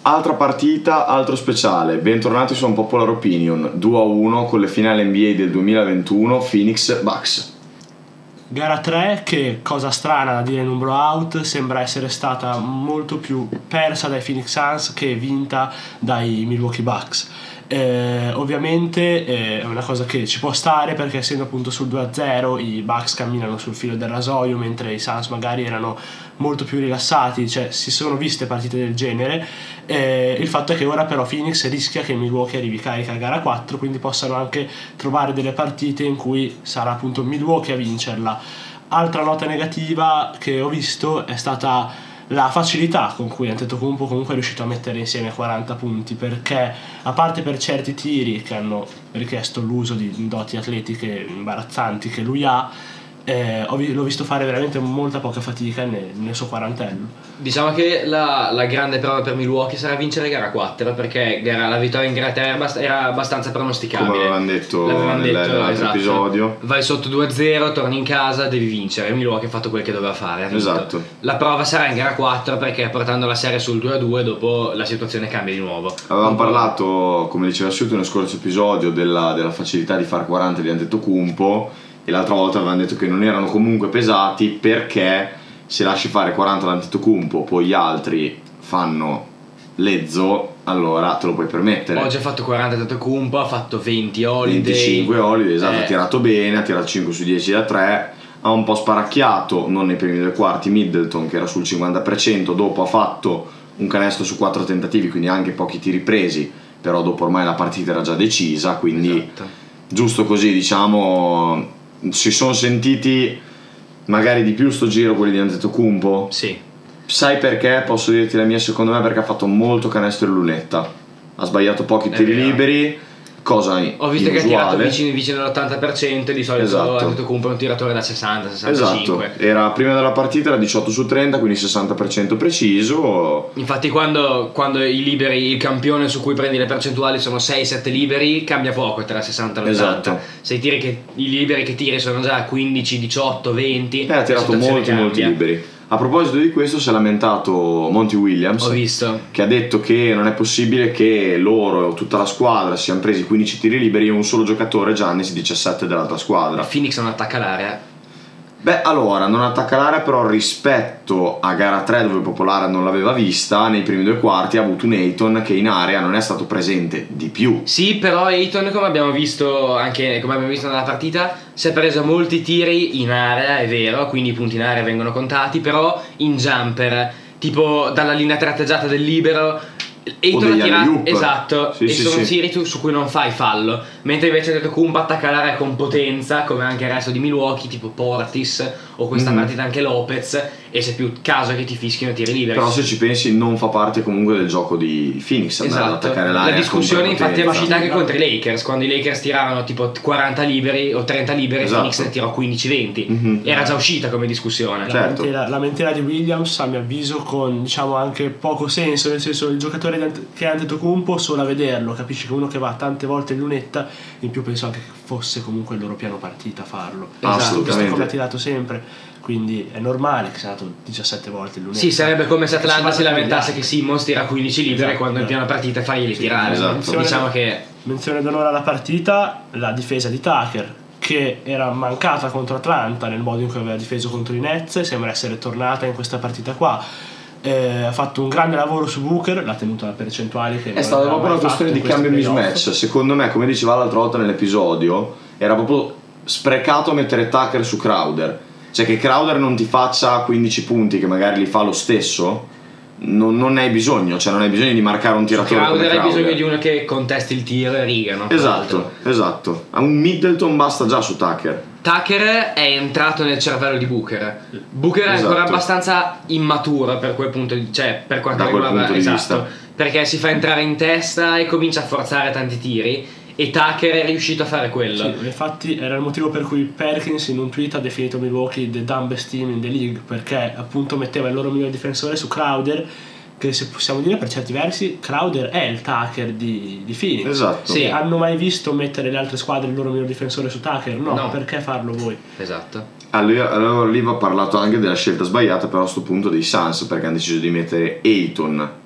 Altra partita, altro speciale. Bentornati su Unpopular Opinion. 2-1 con le finali NBA del 2021, Phoenix Bucks. Gara 3 che, cosa strana da dire in un blowout, sembra essere stata molto più persa dai Phoenix Suns che vinta dai Milwaukee Bucks. Ovviamente è una cosa che ci può stare, perché essendo appunto sul 2-0 i Bucks camminano sul filo del rasoio, mentre i Suns magari erano molto più rilassati, cioè si sono viste partite del genere. Il fatto è che ora però Phoenix rischia che Milwaukee arrivi carica a gara 4, quindi possano anche trovare delle partite in cui sarà appunto Milwaukee a vincerla. Altra nota negativa che ho visto è stata la facilità con cui Antetokounmpo comunque è riuscito a mettere insieme 40 punti, perché a parte per certi tiri che hanno richiesto l'uso di doti atletiche imbarazzanti che lui ha, l'ho visto fare veramente molta poca fatica nel suo quarantello. Diciamo che la grande prova per Milwaukee sarà vincere gara 4, perché la vittoria in gara 3 era abbastanza pronosticabile. Come avevamo detto nell'altro esatto. episodio. Vai sotto 2-0, torni in casa, devi vincere. Milwaukee ha fatto quel che doveva fare. Esatto. La prova sarà in gara 4, perché portando la serie sul 2-2 dopo la situazione cambia di nuovo. Avevamo parlato, come diceva Siuto nello scorso episodio, della facilità di far 40 di Antetokounmpo, e l'altra volta avevamo detto che non erano comunque pesati, perché se lasci fare 40 ad Antetokounmpo, poi gli altri fanno lezzo, allora te lo puoi permettere. Oggi ha fatto 40 Antetokounmpo, ha fatto 20 Holiday, 25 Holiday, esatto, ha tirato bene, ha tirato 5 su 10 da 3, ha un po' sparacchiato, non nei primi due quarti, Middleton che era sul 50%, dopo ha fatto un canestro su 4 tentativi, quindi anche pochi tiri presi, però dopo ormai la partita era già decisa, quindi esatto. Giusto così, diciamo, si sono sentiti magari di più sto giro quelli di Antetokounmpo. Sì. Sai perché? Posso dirti la mia, secondo me, perché ha fatto molto canestro in lunetta, ha sbagliato pochi tiri liberi, cosa ho visto inusuale. che ha tirato vicino all'80%, di solito esatto. Antetokounmpo è un tiratore da 60-65. Esatto, era prima della partita era 18 su 30, quindi 60% preciso. Infatti quando i liberi, il campione su cui prendi le percentuali sono 6-7 liberi, cambia poco tra 60 e l'80. Esatto. Se i liberi che tiri sono già 15, 18, 20, ha tirato molti liberi. A proposito di questo si è lamentato Monty Williams. Ho visto. Che ha detto che non è possibile che loro, tutta la squadra, si siano presi 15 tiri liberi e un solo giocatore, Giannis, 17 dell'altra squadra. Phoenix non attacca l'area. Beh, allora, non attacca l'area, però rispetto a gara 3 dove Popolare non l'aveva vista, nei primi due quarti ha avuto un Ayton che in area non è stato presente di più. Sì, però Ayton, come abbiamo visto nella partita, si è preso molti tiri in area, è vero, quindi i punti in area vengono contati, però in jumper, tipo dalla linea tratteggiata del libero, Ayton ha tirato, esatto, sì, e sì, sono sì. tiri su cui non fai fallo, mentre invece Antetokounmpo attacca l'area con potenza, come anche il resto di Milwaukee, tipo Portis o questa partita anche Lopez, e c'è più caso che ti fischino tiri liberi. Però se ci pensi non fa parte comunque del gioco di Phoenix, esatto. Ad attaccare l'area. La discussione infatti è uscita anche contro i Lakers, quando i Lakers tiravano tipo 40 liberi o 30 liberi, esatto. Phoenix ne tirò 15-20. Era già uscita come discussione. Certo. La lamentela di Williams, a mio avviso, con diciamo anche poco senso, nel senso, il giocatore che è Antetokounmpo, solo a vederlo capisci che uno che va tante volte in lunetta, in più penso anche che fosse comunque il loro piano partita farlo. Assolutamente. Come ha tirato sempre, quindi è normale che sia andato 17 volte in lunetta. Sì, sarebbe come se Atlanta si lamentasse che Simmons tira 15 liberi, esatto, quando in piena partita farglieli tirare. esatto. Diciamo che menzione d'onore alla partita, la difesa di Tucker, che era mancata contro Atlanta nel modo in cui aveva difeso contro i Nets, sembra essere tornata in questa partita qua. Ha fatto un grande lavoro su Booker, l'ha tenuto alla percentuale che è stata proprio una questione di cambio e mismatch. Secondo me, come diceva l'altra volta nell'episodio, era proprio sprecato mettere Tucker su Crowder, cioè che Crowder non ti faccia 15 punti che magari li fa lo stesso, non hai bisogno, cioè non hai bisogno di marcare un tiratore come Crowder. Crowder. Hai bisogno di uno che contesti il tiro e riga, no? Esatto. A un Middleton basta già su Tucker. Tucker è entrato nel cervello di Booker. Booker è ancora abbastanza immaturo per quel punto cioè per quanto riguarda vista. perché si fa entrare in testa e comincia a forzare tanti tiri, e Tucker è riuscito a fare quello. Sì, infatti era il motivo per cui Perkins in un tweet ha definito Milwaukee the dumbest team in the league, perché appunto metteva il loro miglior difensore su Crowder, che se possiamo dire per certi versi Crowder è il Tucker di Phoenix. Esatto. Sì. Hanno mai visto mettere le altre squadre il loro miglior difensore su Tucker? No. Perché farlo voi? Esatto. Allora lì va parlato anche della scelta sbagliata però a sto punto dei Suns, perché hanno deciso di mettere Ayton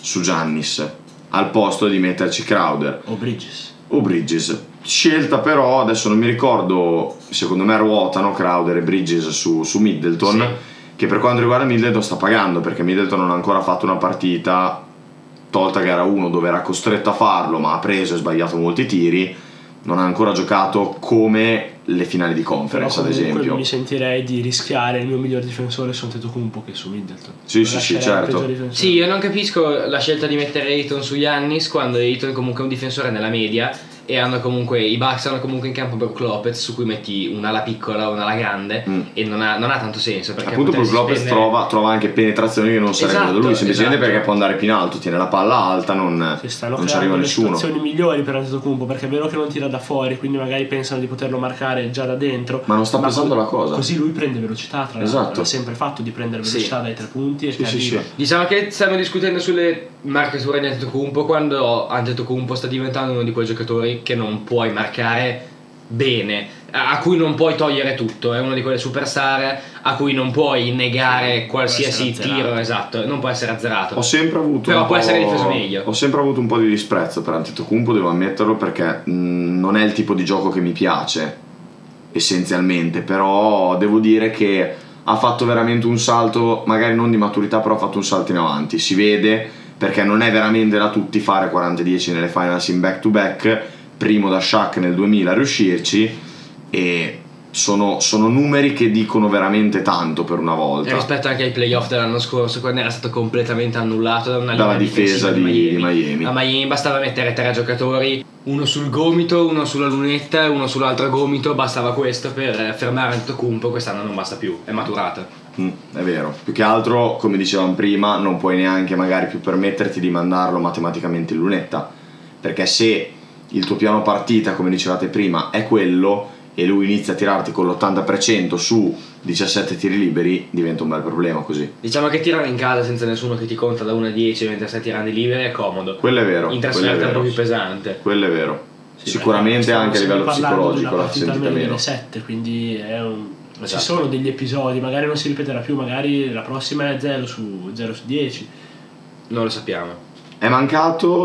su Giannis al posto di metterci Crowder o Bridges. Scelta però, adesso non mi ricordo, secondo me ruotano Crowder e Bridges su Middleton, Sì. che per quanto riguarda Middleton sta pagando, perché Middleton non ha ancora fatto una partita, tolta gara 1 dove era costretto a farlo ma ha preso e sbagliato molti tiri, non ha ancora giocato come le finali di conference, Però ad comunque esempio. mi sentirei di rischiare il mio miglior difensore su Antetokounmpo che su Middleton. Sì, certo. Sì, io non capisco la scelta di mettere Ayton su Giannis quando Ayton è comunque un difensore nella media e i Bucks hanno comunque in campo Brook Lopez su cui metti un'ala piccola o un'ala grande e non ha tanto senso, perché appunto Brook Lopez trova anche penetrazioni che non sarebbero da lui, semplicemente perché può andare più in alto, tiene la palla alta, non ci arriva nessuno. Situazioni migliori per Antetokounmpo, perché è vero che non tira da fuori, quindi magari pensano di poterlo marcare già da dentro, ma non sta pesando la cosa, così lui prende velocità, tra l'altro l'ha sempre fatto di prendere velocità dai 3 punti e arriva. Diciamo che stiamo discutendo sulle marcature di Antetokounmpo quando Antetokounmpo sta diventando uno di quei giocatori che non puoi marcare bene, a cui non puoi togliere tutto, è uno di quelle superstar a cui non puoi negare qualsiasi tiro, esatto, non può essere azzerato. Ho sempre avuto però può essere difeso meglio. Ho sempre avuto un po' di disprezzo per Antetokounmpo, devo ammetterlo, perché non è il tipo di gioco che mi piace essenzialmente, però devo dire che ha fatto veramente un salto, magari non di maturità, però ha fatto un salto in avanti, si vede, perché non è veramente da tutti fare 40-10 nelle finals in back to back, primo da Shaq nel 2000 a riuscirci, e sono numeri che dicono veramente tanto per una volta. E rispetto anche ai playoff dell'anno scorso, quando era stato completamente annullato dalla difesa di Miami. A Miami bastava mettere 3 giocatori, uno sul gomito, uno sulla lunetta e uno sull'altro gomito, bastava questo per fermare Antetokounmpo. Quest'anno non basta più, è maturato. È vero, più che altro, come dicevamo prima, non puoi neanche magari più permetterti di mandarlo matematicamente in lunetta, perché se il tuo piano partita, come dicevate prima, è quello e lui inizia a tirarti con l'80% su 17 tiri liberi, diventa un bel problema così. Diciamo che tirare in casa senza nessuno che ti conta da 1 a 10 mentre stai tirando i liberi è comodo. Quello è vero. In trasferta è un po' più pesante. Quello è vero. Sicuramente anche a livello psicologico la sentita meno. 7, quindi ci sono degli episodi, magari non si ripeterà più, magari la prossima è 0 su 10. Non lo sappiamo. È mancato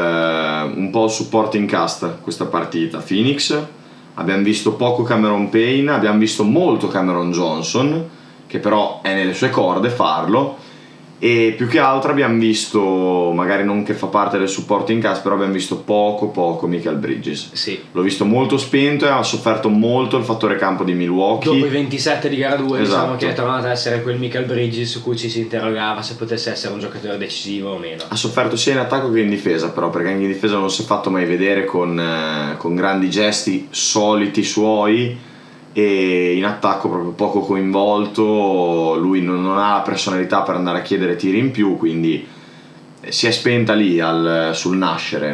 un po' il supporting cast questa partita. Phoenix, abbiamo visto poco Cameron Payne, abbiamo visto molto Cameron Johnson, che però è nelle sue corde farlo, e più che altro abbiamo visto, magari non che fa parte del supporting cast, però abbiamo visto poco Michael Bridges. Sì. L'ho visto molto spento e ha sofferto molto il fattore campo di Milwaukee. Dopo i 27 di gara 2 esatto. Diciamo che è tornato ad essere quel Michael Bridges su cui ci si interrogava se potesse essere un giocatore decisivo o meno. Ha sofferto sia in attacco che in difesa, però, perché anche in difesa non si è fatto mai vedere con grandi gesti soliti suoi, e in attacco proprio poco coinvolto. Lui non ha la personalità per andare a chiedere tiri in più, quindi si è spenta lì sul nascere.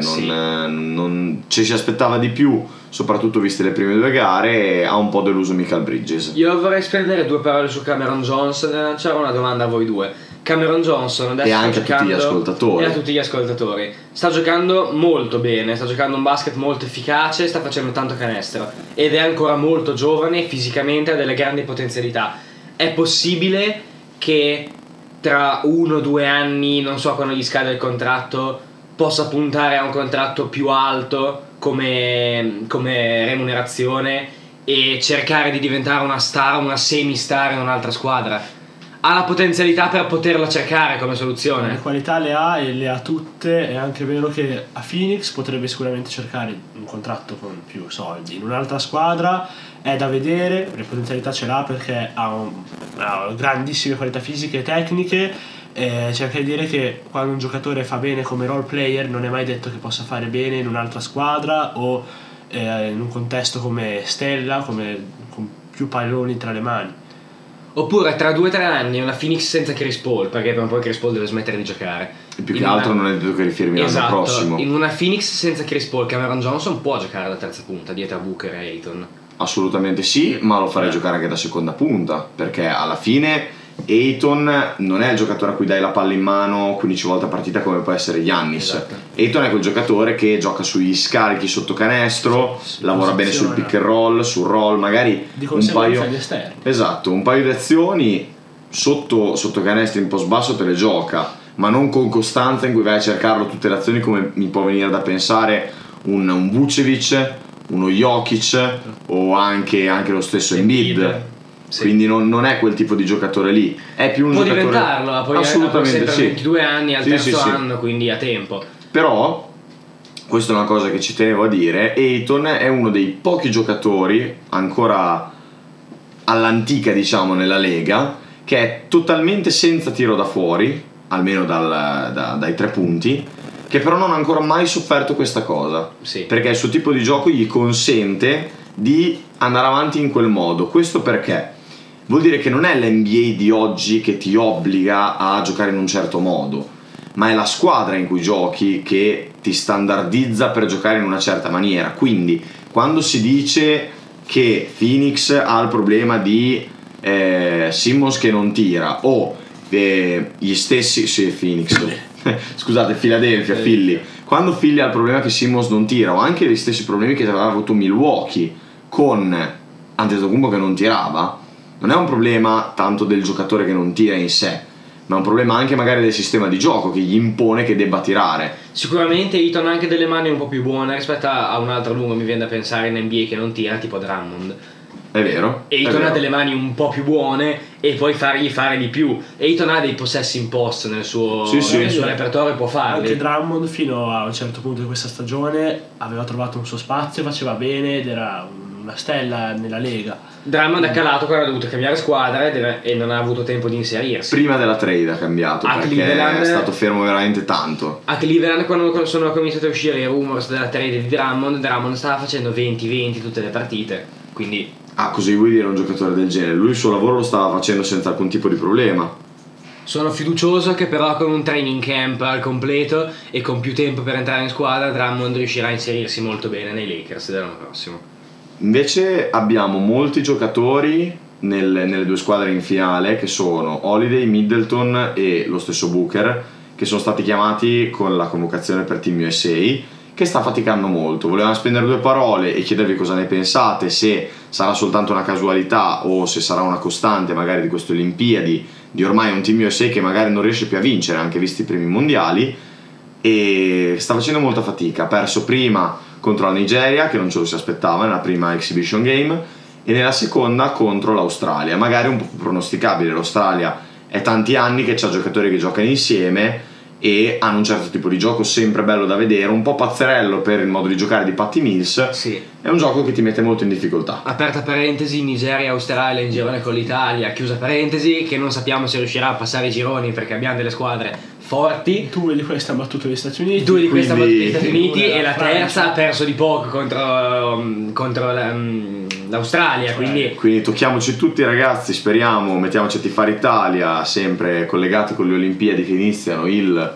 Non ci si aspettava di più, soprattutto viste le prime 2 gare, e ha un po' deluso Michael Bridges. Io vorrei spendere 2 parole su Cameron Johnson e lanciare una domanda a voi due. Cameron Johnson adesso e anche sta a tutti gli ascoltatori. E a tutti gli ascoltatori. Sta giocando molto bene, sta giocando un basket molto efficace, sta facendo tanto canestro ed è ancora molto giovane, fisicamente ha delle grandi potenzialità. È possibile che tra 1 o 2 anni, non so quando gli scade il contratto, possa puntare a un contratto più alto come remunerazione e cercare di diventare una star, una semi-star in un'altra squadra? Ha la potenzialità per poterla cercare come soluzione. Le qualità le ha e le ha tutte. È anche vero che a Phoenix potrebbe sicuramente cercare un contratto con più soldi. In un'altra squadra è da vedere, le potenzialità ce l'ha perché ha grandissime qualità fisiche e tecniche. C'è anche da dire che quando un giocatore fa bene come role player non è mai detto che possa fare bene in un'altra squadra o in un contesto come Stella, con più palloni tra le mani. Oppure tra 2 o 3 anni una Phoenix senza Chris Paul, perché per un po' Chris Paul deve smettere di giocare. E più che altro non è detto che rifirmi l'anno prossimo. In una Phoenix senza Chris Paul, Cameron Johnson può giocare da terza punta dietro a Booker e Ayton. Assolutamente sì, ma lo farei giocare anche da seconda punta, perché alla fine Ayton non è il giocatore a cui dai la palla in mano 15 volte a partita come può essere Giannis. Esatto. Ayton è quel giocatore che gioca sugli scarichi sotto canestro, lavora bene sul pick and roll, sul roll, magari di un paio gli esterni. Esatto, un paio di azioni sotto canestro in post basso te le gioca, ma non con costanza in cui vai a cercarlo tutte le azioni, come mi può venire da pensare un Vucevic, uno Jokic o anche lo stesso Embiid. Sì. Quindi non è quel tipo di giocatore lì, è più un può giocatore. Diventarlo, poi assolutamente sì. 22 anni al Sì, terzo sì, anno, quindi ha tempo. Però questa è una cosa che ci tenevo a dire: Ayton è uno dei pochi giocatori ancora all'antica, diciamo, nella Lega, che è totalmente senza tiro da fuori, almeno dai 3 punti, che però non ha ancora mai sofferto questa cosa, Sì. perché il suo tipo di gioco gli consente di andare avanti in quel modo. Questo perché vuol dire che non è l'NBA di oggi che ti obbliga a giocare in un certo modo, ma è la squadra in cui giochi che ti standardizza per giocare in una certa maniera. Quindi quando si dice che Phoenix ha il problema di Simmons che non tira, o gli stessi Phoenix scusate, Philadelphia, Philly, quando Philly ha il problema che Simmons non tira, o anche gli stessi problemi che aveva avuto Milwaukee con Antetokounmpo che non tirava, non è un problema tanto del giocatore che non tira in sé, ma è un problema anche magari del sistema di gioco che gli impone che debba tirare. Sicuramente Ayton ha anche delle mani un po' più buone rispetto a un altro lungo, mi viene da pensare, in NBA che non tira, tipo Drummond. È vero. Ayton ha delle mani un po' più buone e puoi fargli fare di più. Ayton ha dei possessi in post nel suo repertorio, può farli. Anche Drummond fino a un certo punto di questa stagione aveva trovato un suo spazio, faceva bene ed era una stella nella Lega. Drummond è calato quando ha dovuto cambiare squadra e non ha avuto tempo di inserirsi. Prima della trade ha cambiato, perché Cleveland, è stato fermo veramente tanto. A Cleveland, quando sono cominciati a uscire i rumors della trade di Drummond stava facendo 20-20 tutte le partite, quindi... Ah, così vuoi dire un giocatore del genere? Lui il suo lavoro lo stava facendo senza alcun tipo di problema. Sono fiducioso che però con un training camp al completo e con più tempo per entrare in squadra Drummond riuscirà a inserirsi molto bene nei Lakers dell'anno prossimo. Invece abbiamo molti giocatori nelle 2 squadre in finale, che sono Holiday, Middleton e lo stesso Booker, che sono stati chiamati con la convocazione per Team USA, che sta faticando molto. Volevamo spendere 2 parole e chiedervi cosa ne pensate, se sarà soltanto una casualità o se sarà una costante magari di queste Olimpiadi, di ormai un Team USA che magari non riesce più a vincere, anche visti i primi mondiali, e sta facendo molta fatica. Ha perso prima contro la Nigeria, che non ce lo si aspettava nella prima exhibition game, e nella seconda contro l'Australia, magari un po' più pronosticabile. L'Australia è tanti anni che c'ha giocatori che giocano insieme e hanno un certo tipo di gioco sempre bello da vedere, un po' pazzerello per il modo di giocare di Patty Mills. Sì. È un gioco che ti mette molto in difficoltà. Aperta parentesi, Nigeria, Australia in girone con l'Italia, chiusa parentesi, che non sappiamo se riuscirà a passare i gironi perché abbiamo delle squadre forti. 2 di queste hanno battuto gli Stati Uniti, 2 di queste hanno battuto gli Stati Uniti una e la Francia. terza ha perso di poco contro l'Australia, Quindi tocchiamoci tutti, ragazzi, speriamo, mettiamoci a tifare Italia, sempre collegati con le Olimpiadi che iniziano il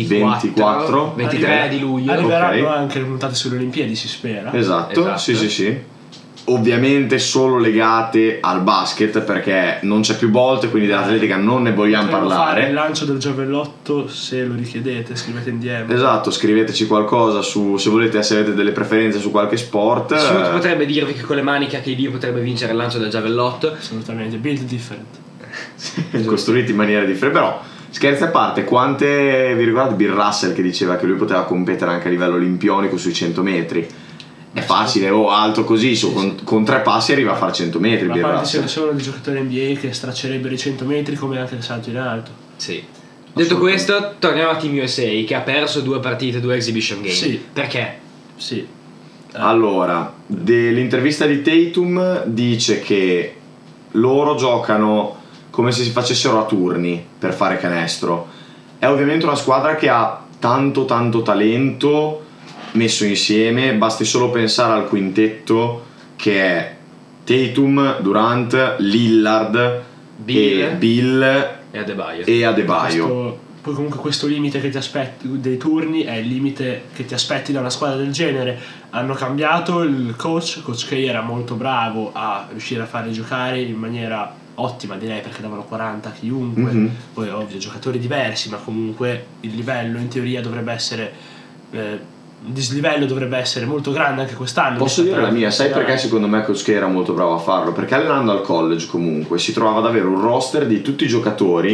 24 23 di luglio. Arriveranno Ok. anche le puntate sulle Olimpiadi, si spera. Esatto. Sì. Ovviamente solo legate al basket, perché non c'è più bolt, quindi dell'atletica non ne vogliamo Potremmo fare il parlare. lancio del giavellotto, se lo richiedete, scrivete in DM. Esatto, scriveteci qualcosa se volete, se avete delle preferenze su qualche sport. Nessuno potrebbe dirvi che con le maniche HB potrebbe vincere il lancio del giavellotto. Assolutamente, build different. Costruiti in maniera differente. Però scherzi a parte, quante vi ricordate Bill Russell che diceva che lui poteva competere anche a livello olimpionico sui 100 metri? È facile, alto così, con 3 passi arriva a fare 100 metri. Ma Bill quanti Russell. sono dei giocatori NBA che straccerebbero i 100 metri come anche il salto in alto? Sì. Detto questo, torniamo a Team USA che ha perso 2 partite, 2 exhibition game. Sì. Perché? Sì. Allora, dell'intervista di Tatum dice che loro giocano come se si facessero a turni per fare canestro. È ovviamente una squadra che ha tanto talento messo insieme, basti solo pensare al quintetto che è Tatum, Durant, Lillard, Bill E Adebayo. e Adebayo. Poi comunque questo limite che ti aspetti dei turni è il limite che ti aspetti da una squadra del genere. Hanno cambiato il coach K era molto bravo a riuscire a farli giocare in maniera ottima, direi, perché davano 40 a chiunque. Poi ovvio giocatori diversi, ma comunque il livello in teoria dovrebbe essere il dislivello dovrebbe essere molto grande anche quest'anno. Posso dire la mia, sai perché secondo me Coach K era molto bravo a farlo? Perché allenando al college comunque si trovava ad avere un roster di tutti i giocatori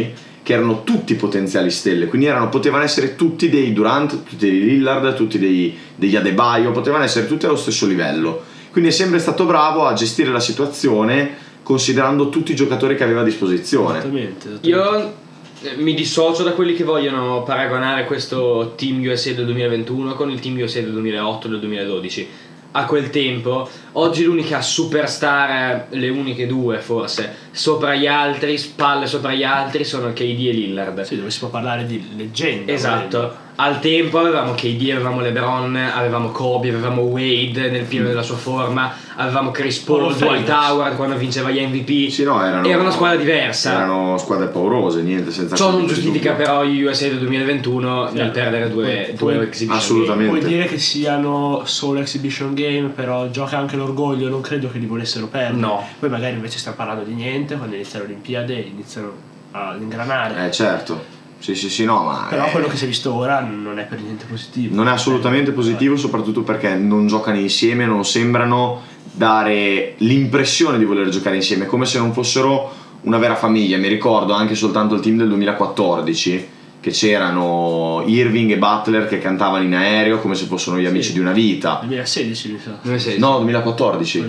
che erano tutti potenziali stelle, quindi potevano essere tutti dei Durant, tutti dei Lillard, tutti degli Adebayo, potevano essere tutti allo stesso livello, quindi è sempre stato bravo a gestire la situazione considerando tutti i giocatori che aveva a disposizione. Esattamente. Io mi dissocio da quelli che vogliono paragonare questo Team USA del 2021 con il Team USA del 2008 e del 2012. A quel tempo, oggi l'unica superstar, le uniche due forse, sopra gli altri, spalle sopra gli altri, sono KD e Lillard. Sì, dove si può parlare di leggenda. Esatto. Al tempo avevamo KD, avevamo LeBron, avevamo Kobe, avevamo Wade nel pieno della sua forma, avevamo Chris Paul, Dwight Howard quando vinceva gli MVP. Sì, no, era una squadra diversa. Erano squadre paurose, niente senza. Ciò non giustifica però gli USA del 2021 nel perdere due exhibition assolutamente. Puoi dire che siano solo exhibition game, però gioca anche l'orgoglio, non credo che li volessero perdere. No. Poi magari invece stiamo parlando di niente, quando iniziano le Olimpiadi iniziano ad ingranare. Certo. Sì, no, ma però quello che si è visto ora non è per niente positivo. Non è assolutamente positivo, soprattutto perché non giocano insieme, non sembrano dare l'impressione di voler giocare insieme, come se non fossero una vera famiglia. Mi ricordo anche soltanto il team del 2014 che c'erano Irving e Butler che cantavano in aereo come se fossero gli amici di una vita. 2016 mi sa. 2016. No, 2014.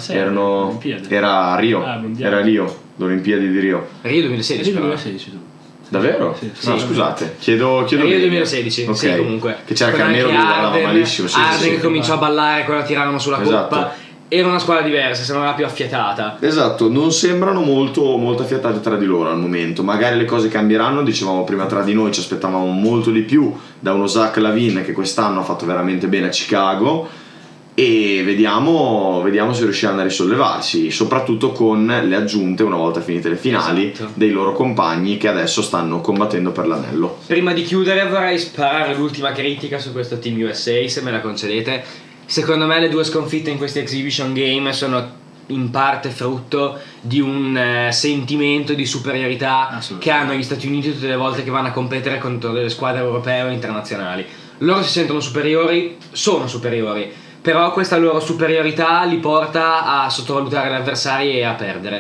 Era a Rio. Era Rio, l'Olimpiadi di Rio. Rio 2016. Rio 2016 tu. Davvero? Sì. No, scusate, chiedo Rio 2016, okay. Sì, comunque. Che c'era Carmelo che ballava malissimo. Arden che cominciò a ballare quando tiravano sulla coppa. Era una squadra diversa, sembrava più affiatata. Esatto, non sembrano molto affiatate tra di loro al momento. Magari le cose cambieranno, dicevamo prima, tra di noi ci aspettavamo molto di più da uno Zach LaVine che quest'anno ha fatto veramente bene a Chicago, e vediamo se riusciranno a risollevarsi, soprattutto con le aggiunte una volta finite le finali dei loro compagni che adesso stanno combattendo per l'anello. Prima di chiudere vorrei sparare l'ultima critica su questo Team USA, se me la concedete. Secondo me le due sconfitte in questi exhibition game sono in parte frutto di un sentimento di superiorità che hanno gli Stati Uniti tutte le volte che vanno a competere contro delle squadre europee o internazionali. Loro si sentono superiori, sono superiori, però questa loro superiorità li porta a sottovalutare gli avversari e a perdere.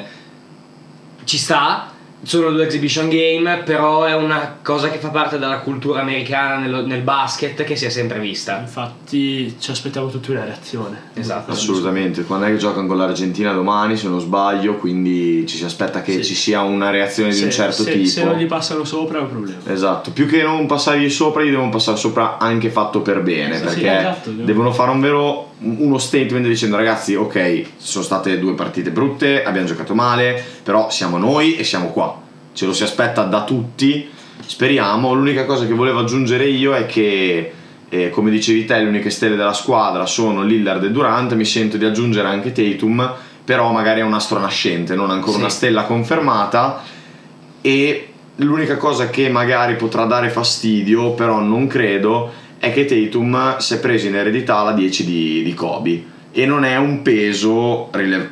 Ci sta, sono due exhibition game, però è una cosa che fa parte della cultura americana nel basket, che si è sempre vista. Infatti ci aspettiamo tutti una reazione. Esatto. Assolutamente, quando è che giocano con l'Argentina domani, se non sbaglio, quindi ci si aspetta che ci sia una reazione di un certo tipo. Se non gli passano sopra è un problema. Esatto, più che non passargli sopra, gli devono passare sopra anche fatto per bene, perché devono fare uno statement dicendo: ragazzi, ok, sono state due partite brutte, abbiamo giocato male, però siamo noi e siamo qua, ce lo si aspetta da tutti, speriamo. L'unica cosa che volevo aggiungere io è che come dicevi te, le uniche stelle della squadra sono Lillard e Durant. Mi sento di aggiungere anche Tatum, però magari è un astro nascente, non ancora una stella confermata, e l'unica cosa che magari potrà dare fastidio, però non credo, è che Tatum si è preso in eredità la 10 di Kobe, e non è un peso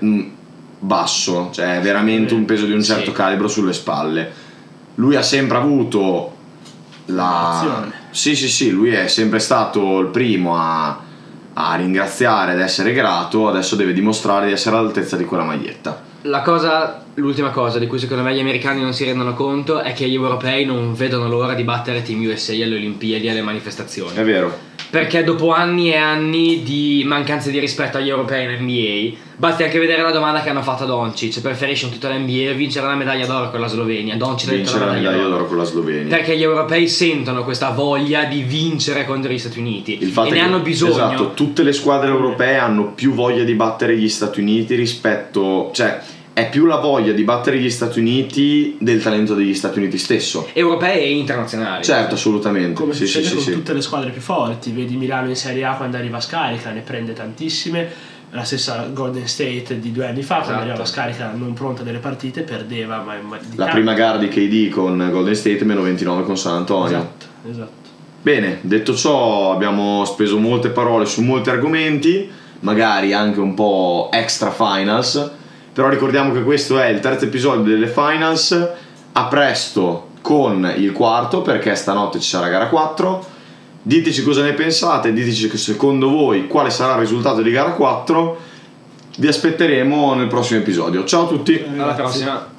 basso, cioè è veramente un peso di un certo calibro sulle spalle. Lui ha sempre avuto sì, lui è sempre stato il primo a ringraziare ed essere grato, adesso deve dimostrare di essere all'altezza di quella maglietta. L'ultima cosa di cui secondo me gli americani non si rendono conto è che gli europei non vedono l'ora di battere Team USA alle Olimpiadi e alle manifestazioni. È vero. Perché dopo anni e anni di mancanza di rispetto agli europei in NBA, basti anche vedere la domanda che hanno fatto a Doncic: preferisce un titolo NBA o vincere la medaglia d'oro con la Slovenia? Doncic ha detto la medaglia d'oro con la Slovenia, perché gli europei sentono questa voglia di vincere contro gli Stati Uniti e ne hanno bisogno. Esatto, tutte le squadre europee hanno più voglia di battere gli Stati Uniti rispetto, cioè è più la voglia di battere gli Stati Uniti del talento degli Stati Uniti stesso, europei e internazionali. Certo, assolutamente. Come succede con tutte le squadre più forti. Vedi Milano in Serie A, quando arriva scarica ne prende tantissime. La stessa Golden State di 2 anni fa, quando arrivava scarica non pronta delle partite, perdeva la prima gara di KD con Golden State meno 29 con San Antonio. Esatto. Bene, detto ciò, abbiamo speso molte parole su molti argomenti, magari anche un po' extra finals, però ricordiamo che questo è il terzo episodio delle finals. A presto con il quarto, perché stanotte ci sarà gara 4. Diteci cosa ne pensate, diteci secondo voi quale sarà il risultato di gara 4. Vi aspetteremo nel prossimo episodio. Ciao a tutti, alla prossima.